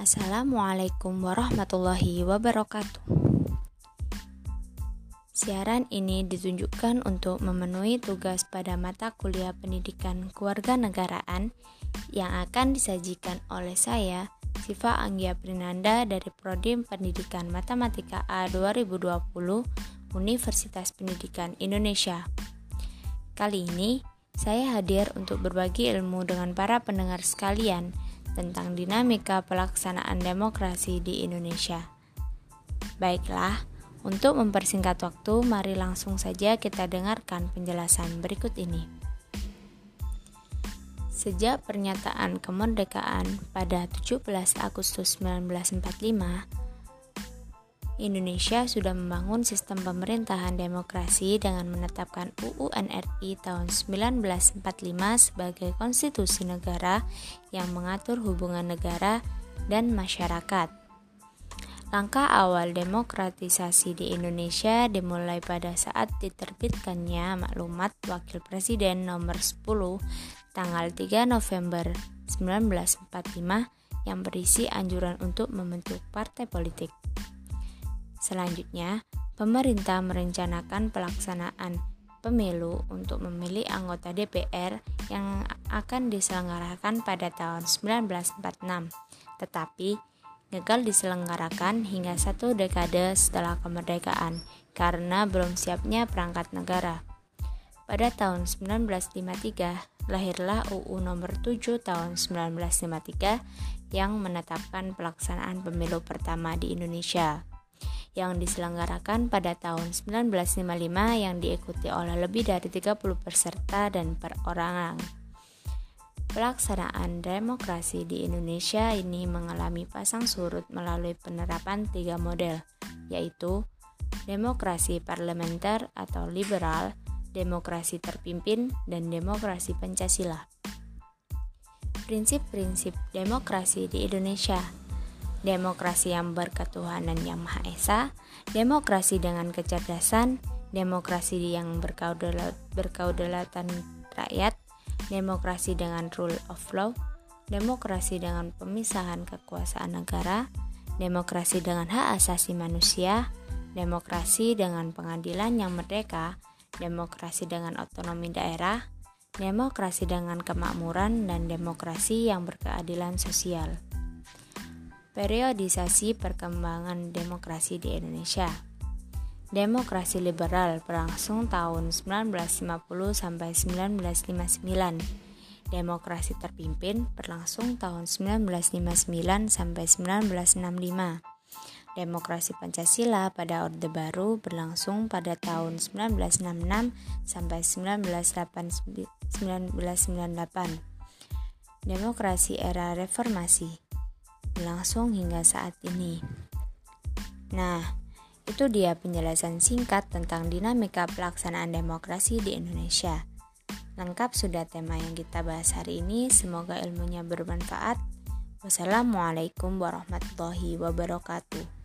Assalamualaikum warahmatullahi wabarakatuh. Siaran ini ditunjukkan untuk memenuhi tugas pada mata kuliah pendidikan kewarganegaraan yang akan disajikan oleh saya, Siva Anggia Prinanda dari Prodi Pendidikan Matematika A 2020 Universitas Pendidikan Indonesia. Kali ini saya hadir untuk berbagi ilmu dengan para pendengar sekalian tentang dinamika pelaksanaan demokrasi di Indonesia. Baiklah, untuk mempersingkat waktu, mari langsung saja kita dengarkan penjelasan berikut ini. Sejak pernyataan kemerdekaan pada 17 Agustus 1945, Indonesia sudah membangun sistem pemerintahan demokrasi dengan menetapkan UU NRI tahun 1945 sebagai konstitusi negara yang mengatur hubungan negara dan masyarakat. Langkah awal demokratisasi di Indonesia dimulai pada saat diterbitkannya Maklumat Wakil Presiden nomor 10 tanggal 3 November 1945 yang berisi anjuran untuk membentuk partai politik. Selanjutnya, pemerintah merencanakan pelaksanaan pemilu untuk memilih anggota DPR yang akan diselenggarakan pada tahun 1946, tetapi gagal diselenggarakan hingga 1 dekade setelah kemerdekaan karena belum siapnya perangkat negara. Pada tahun 1953, lahirlah UU nomor 7 tahun 1953 yang menetapkan pelaksanaan pemilu pertama di Indonesia, yang diselenggarakan pada tahun 1955 yang diikuti oleh lebih dari 30 peserta dan perorangan. Pelaksanaan demokrasi di Indonesia ini mengalami pasang surut melalui penerapan 3 model, yaitu demokrasi parlementer atau liberal, demokrasi terpimpin, dan demokrasi Pancasila. Prinsip-prinsip demokrasi di Indonesia: demokrasi yang berketuhanan yang Maha Esa, demokrasi dengan kecerdasan, demokrasi yang berkedaulatan rakyat, demokrasi dengan rule of law, demokrasi dengan pemisahan kekuasaan negara, demokrasi dengan hak asasi manusia, demokrasi dengan pengadilan yang merdeka, demokrasi dengan otonomi daerah, demokrasi dengan kemakmuran, dan demokrasi yang berkeadilan sosial. Periodisasi perkembangan demokrasi di Indonesia. Demokrasi liberal berlangsung tahun 1950 sampai 1959. Demokrasi terpimpin berlangsung tahun 1959 sampai 1965. Demokrasi Pancasila pada Orde Baru berlangsung pada tahun 1966 sampai 1998. Demokrasi era reformasi berlangsung hingga saat ini. Nah, itu dia penjelasan singkat tentang dinamika pelaksanaan demokrasi di Indonesia. Lengkap sudah tema yang kita bahas hari ini, semoga ilmunya bermanfaat. Wassalamualaikum warahmatullahi wabarakatuh.